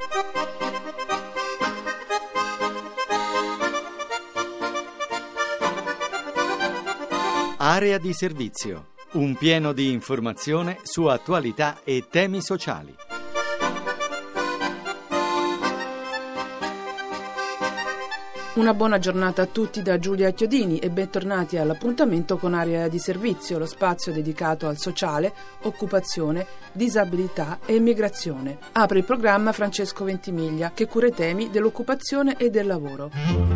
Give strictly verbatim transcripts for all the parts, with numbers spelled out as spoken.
Area di servizio, un pieno di informazione su attualità e temi sociali. Una buona giornata a tutti da Giulia Chiodini e bentornati all'appuntamento con Area di Servizio, lo spazio dedicato al sociale, occupazione, disabilità e immigrazione. Apre il programma Francesco Ventimiglia, che cura i temi dell'occupazione e del lavoro.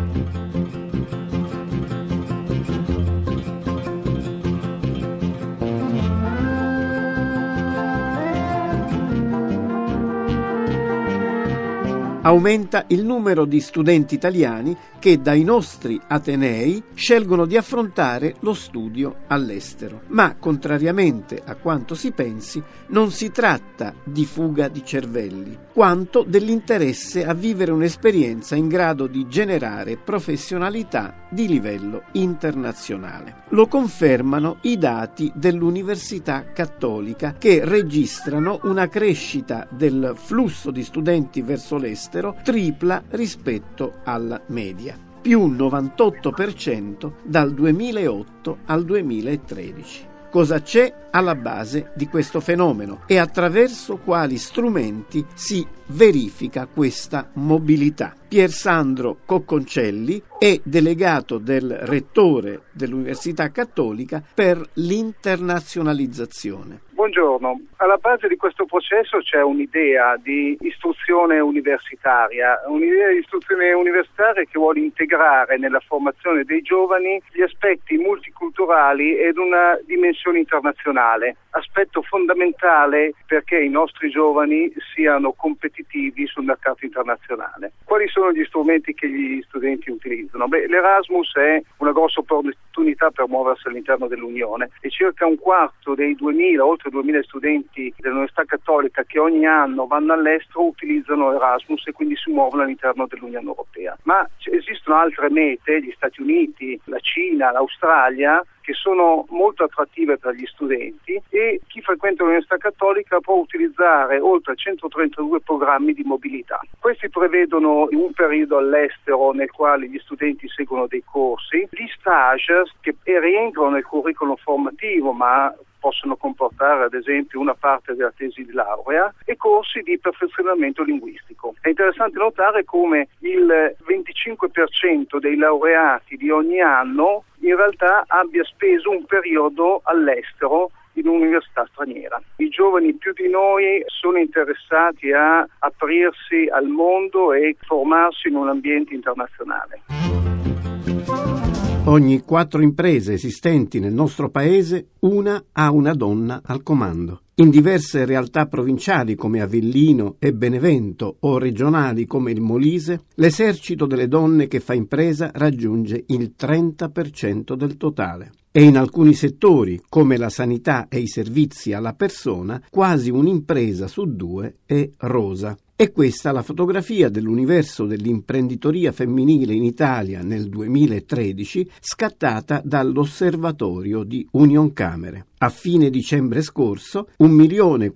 Aumenta il numero di studenti italiani che dai nostri atenei scelgono di affrontare lo studio all'estero. Ma, contrariamente a quanto si pensi, non si tratta di fuga di cervelli, quanto dell'interesse a vivere un'esperienza in grado di generare professionalità di livello internazionale. Lo confermano i dati dell'Università Cattolica, che registrano una crescita del flusso di studenti verso l'estero tripla rispetto alla media, più novantotto per cento dal duemilaotto al duemilatredici. Cosa c'è alla base di questo fenomeno e attraverso quali strumenti si verifica questa mobilità? Pier Sandro Cocconcelli è delegato del rettore dell'Università Cattolica per l'internazionalizzazione. Buongiorno. Alla base di questo processo c'è un'idea di istruzione universitaria, un'idea di istruzione universitaria che vuole integrare nella formazione dei giovani gli aspetti multiculturali ed una dimensione internazionale, aspetto fondamentale perché i nostri giovani siano competitivi sul mercato internazionale. Quali sono gli strumenti che gli studenti utilizzano? Beh, l'Erasmus è una grossa opportunità per muoversi all'interno dell'Unione e circa un quarto dei duemila, oltre duemila studenti dell'Università Cattolica che ogni anno vanno all'estero utilizzano Erasmus e quindi si muovono all'interno dell'Unione Europea. Ma esistono altre mete, gli Stati Uniti, la Cina, l'Australia, che sono molto attrattive per gli studenti, e chi frequenta l'Università Cattolica può utilizzare oltre centotrentadue programmi di mobilità. Questi prevedono un periodo all'estero nel quale gli studenti seguono dei corsi, gli stage che rientrano nel curriculum formativo ma possono comportare ad esempio una parte della tesi di laurea, e corsi di perfezionamento linguistico. È interessante notare come il venticinque per cento dei laureati di ogni anno in realtà abbia speso un periodo all'estero in un'università straniera. I giovani più di noi sono interessati a aprirsi al mondo e formarsi in un ambiente internazionale. Ogni quattro imprese esistenti nel nostro paese, una ha una donna al comando. In diverse realtà provinciali come Avellino e Benevento o regionali come il Molise, l'esercito delle donne che fa impresa raggiunge il trenta per cento del totale. E in alcuni settori, come la sanità e i servizi alla persona, quasi un'impresa su due è rosa. È questa la fotografia dell'universo dell'imprenditoria femminile in Italia nel duemilatredici, scattata dall'osservatorio di Unioncamere. A fine dicembre scorso, un milione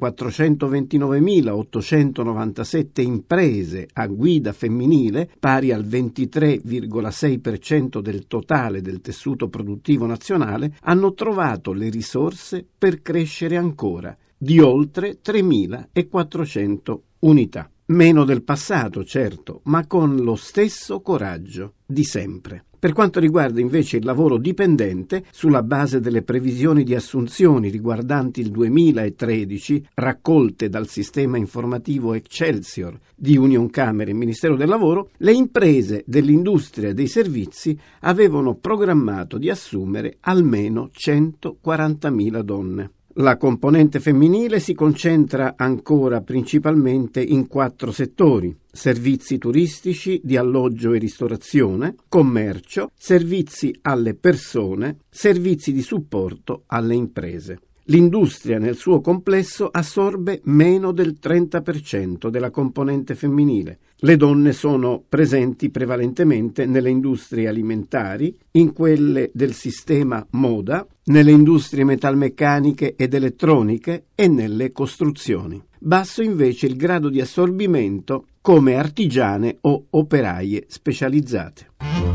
quattrocentoventinovemilaottocentonovantasette imprese a guida femminile, pari al ventitré virgola sei per cento del totale del tessuto produttivo nazionale, hanno trovato le risorse per crescere ancora, di oltre tremilaquattrocento unità. Meno del passato, certo, ma con lo stesso coraggio di sempre. Per quanto riguarda invece il lavoro dipendente, sulla base delle previsioni di assunzioni riguardanti il duemilatredici, raccolte dal sistema informativo Excelsior di Unioncamere e Ministero del Lavoro, le imprese dell'industria e dei servizi avevano programmato di assumere almeno centoquarantamila donne. La componente femminile si concentra ancora principalmente in quattro settori: servizi turistici, di alloggio e ristorazione, commercio, servizi alle persone, servizi di supporto alle imprese. L'industria nel suo complesso assorbe meno del trenta per cento della componente femminile. Le donne sono presenti prevalentemente nelle industrie alimentari, in quelle del sistema moda, nelle industrie metalmeccaniche ed elettroniche e nelle costruzioni. Basso invece il grado di assorbimento come artigiane o operaie specializzate.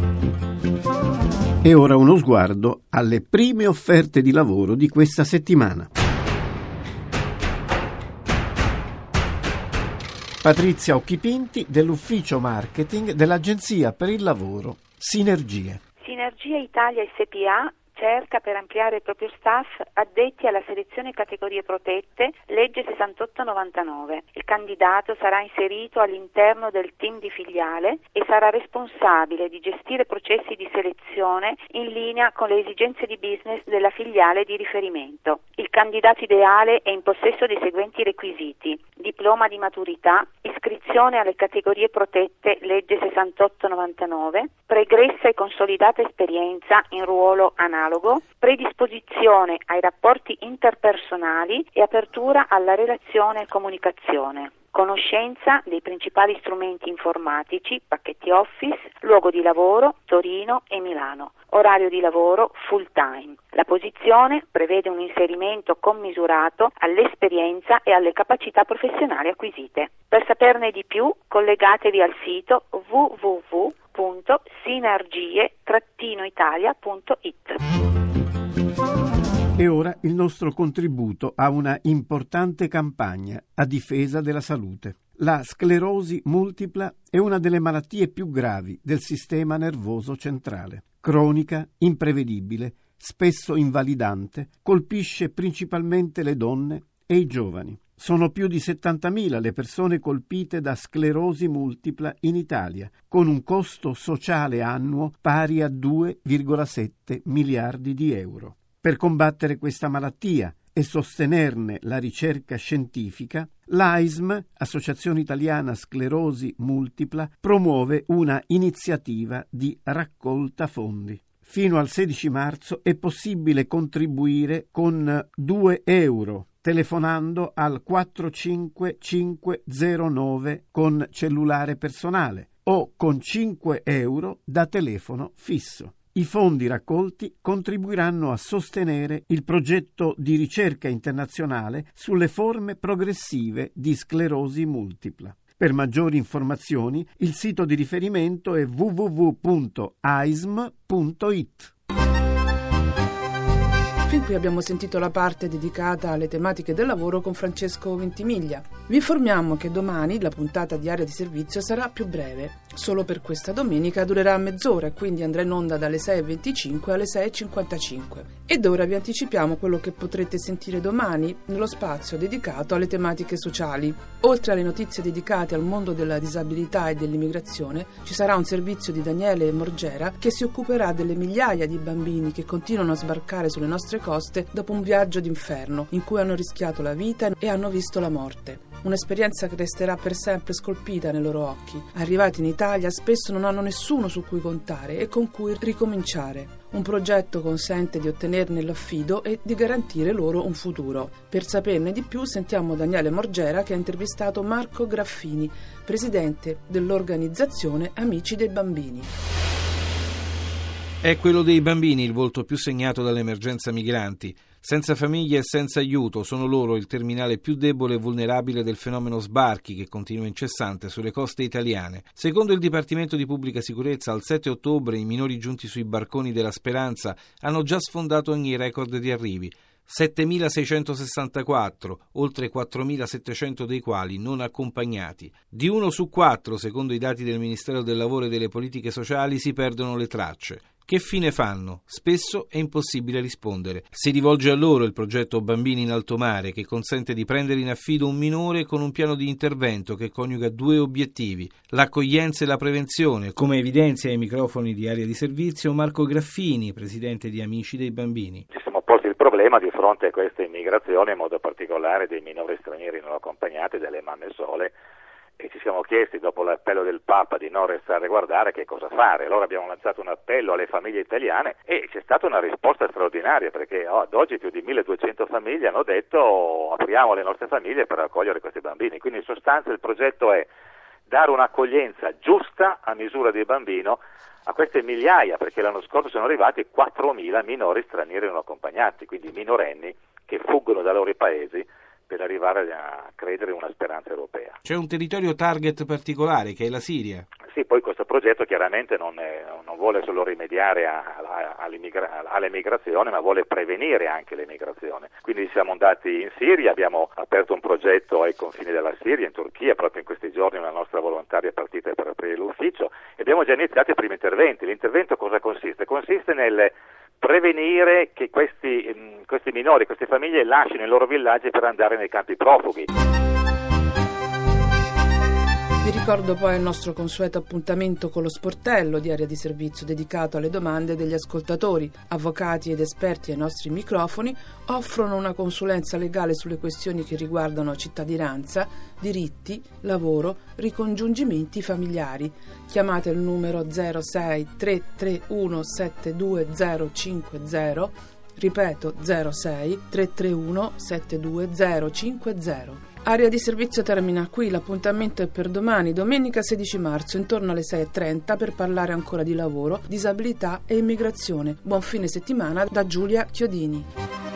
E ora uno sguardo alle prime offerte di lavoro di questa settimana. Patrizia Occhipinti dell'ufficio marketing dell'Agenzia per il Lavoro Sinergie. Sinergie Italia S P A cerca, per ampliare il proprio staff, addetti alla selezione categorie protette, legge sessantotto novantanove. Il candidato sarà inserito all'interno del team di filiale e sarà responsabile di gestire processi di selezione in linea con le esigenze di business della filiale di riferimento. Il candidato ideale è in possesso dei seguenti requisiti: diploma di maturità, iscrizione alle categorie protette, legge sessantotto novantanove, pregressa e consolidata esperienza in ruolo analogo, predisposizione ai rapporti interpersonali e apertura alla relazione e comunicazione, conoscenza dei principali strumenti informatici, pacchetti Office, luogo di lavoro, Torino e Milano, orario di lavoro full time. La posizione prevede un inserimento commisurato all'esperienza e alle capacità professionali acquisite. Per saperne di più, collegatevi al sito w w w punto sinergie italia punto i t. E ora il nostro contributo a una importante campagna a difesa della salute. La sclerosi multipla è una delle malattie più gravi del sistema nervoso centrale. Cronica, imprevedibile, spesso invalidante, colpisce principalmente le donne e i giovani. Sono più di settantamila le persone colpite da sclerosi multipla in Italia, con un costo sociale annuo pari a due virgola sette miliardi di euro. Per combattere questa malattia e sostenerne la ricerca scientifica, l'A I S M, Associazione Italiana Sclerosi Multipla, promuove una iniziativa di raccolta fondi. Fino al sedici marzo è possibile contribuire con due euro telefonando al quattro cinque cinque zero nove con cellulare personale o con cinque euro da telefono fisso. I fondi raccolti contribuiranno a sostenere il progetto di ricerca internazionale sulle forme progressive di sclerosi multipla. Per maggiori informazioni, il sito di riferimento è w w w punto a i s m punto i t. Fin qui abbiamo sentito la parte dedicata alle tematiche del lavoro con Francesco Ventimiglia. Vi informiamo che domani la puntata di Area di Servizio sarà più breve. Solo per questa domenica durerà mezz'ora, quindi andrà in onda dalle sei e venticinque alle sei e cinquantacinque. Ed ora vi anticipiamo quello che potrete sentire domani nello spazio dedicato alle tematiche sociali. Oltre alle notizie dedicate al mondo della disabilità e dell'immigrazione, ci sarà un servizio di Daniele Morgera che si occuperà delle migliaia di bambini che continuano a sbarcare sulle nostre coste dopo un viaggio d'inferno in cui hanno rischiato la vita e hanno visto la morte. Un'esperienza che resterà per sempre scolpita nei loro occhi. Arrivati in Italia spesso non hanno nessuno su cui contare e con cui ricominciare. Un progetto consente di ottenerne l'affido e di garantire loro un futuro. Per saperne di più sentiamo Daniele Morgera che ha intervistato Marco Graffini, presidente dell'organizzazione Amici dei Bambini. È quello dei bambini il volto più segnato dall'emergenza migranti. Senza famiglie e senza aiuto sono loro il terminale più debole e vulnerabile del fenomeno sbarchi che continua incessante sulle coste italiane. Secondo il Dipartimento di Pubblica Sicurezza, al sette ottobre i minori giunti sui barconi della Speranza hanno già sfondato ogni record di arrivi. settemilaseicentosessantaquattro, oltre quattromilasettecento dei quali non accompagnati. Di uno su quattro, secondo i dati del Ministero del Lavoro e delle Politiche Sociali, si perdono le tracce. Che fine fanno? Spesso è impossibile rispondere. Si rivolge a loro il progetto Bambini in Alto Mare, che consente di prendere in affido un minore con un piano di intervento che coniuga due obiettivi: l'accoglienza e la prevenzione, come evidenzia ai microfoni di Area di Servizio Marco Graffini, presidente di Amici dei Bambini. Ci siamo posti il problema di fronte a questa immigrazione, in modo particolare dei minori stranieri non accompagnati, delle mamme sole, e ci siamo siamo chiesti, dopo l'appello del Papa di non restare a guardare, che cosa fare. Allora abbiamo lanciato un appello alle famiglie italiane e c'è stata una risposta straordinaria, perché oh, ad oggi più di milleduecento famiglie hanno detto apriamo le nostre famiglie per accogliere questi bambini. Quindi in sostanza il progetto è dare un'accoglienza giusta a misura di bambino a queste migliaia, perché l'anno scorso sono arrivati quattromila minori stranieri non accompagnati, quindi minorenni che fuggono dai loro paesi per arrivare a credere in una speranza europea. C'è un territorio target particolare che è la Siria? Sì, poi questo progetto chiaramente non, è, non vuole solo rimediare a, a, all'emigrazione, ma vuole prevenire anche l'emigrazione. Quindi siamo andati in Siria, abbiamo aperto un progetto ai confini della Siria, in Turchia, proprio in questi giorni una nostra volontaria è partita per aprire l'ufficio e abbiamo già iniziato i primi interventi. L'intervento cosa consiste? Consiste nel prevenire che questi, questi minori, queste famiglie lasciano i loro villaggi per andare nei campi profughi. Vi ricordo poi il nostro consueto appuntamento con lo sportello di Area di Servizio dedicato alle domande degli ascoltatori. Avvocati ed esperti ai nostri microfoni offrono una consulenza legale sulle questioni che riguardano cittadinanza, diritti, lavoro, ricongiungimenti familiari. Chiamate il numero zero sei tre tre uno sette due zero cinque zero, ripeto zero sei tre tre uno sette due zero cinque zero. Area di Servizio termina qui, l'appuntamento è per domani, domenica sedici marzo, intorno alle sei e trenta, per parlare ancora di lavoro, disabilità e immigrazione. Buon fine settimana da Giulia Chiodini.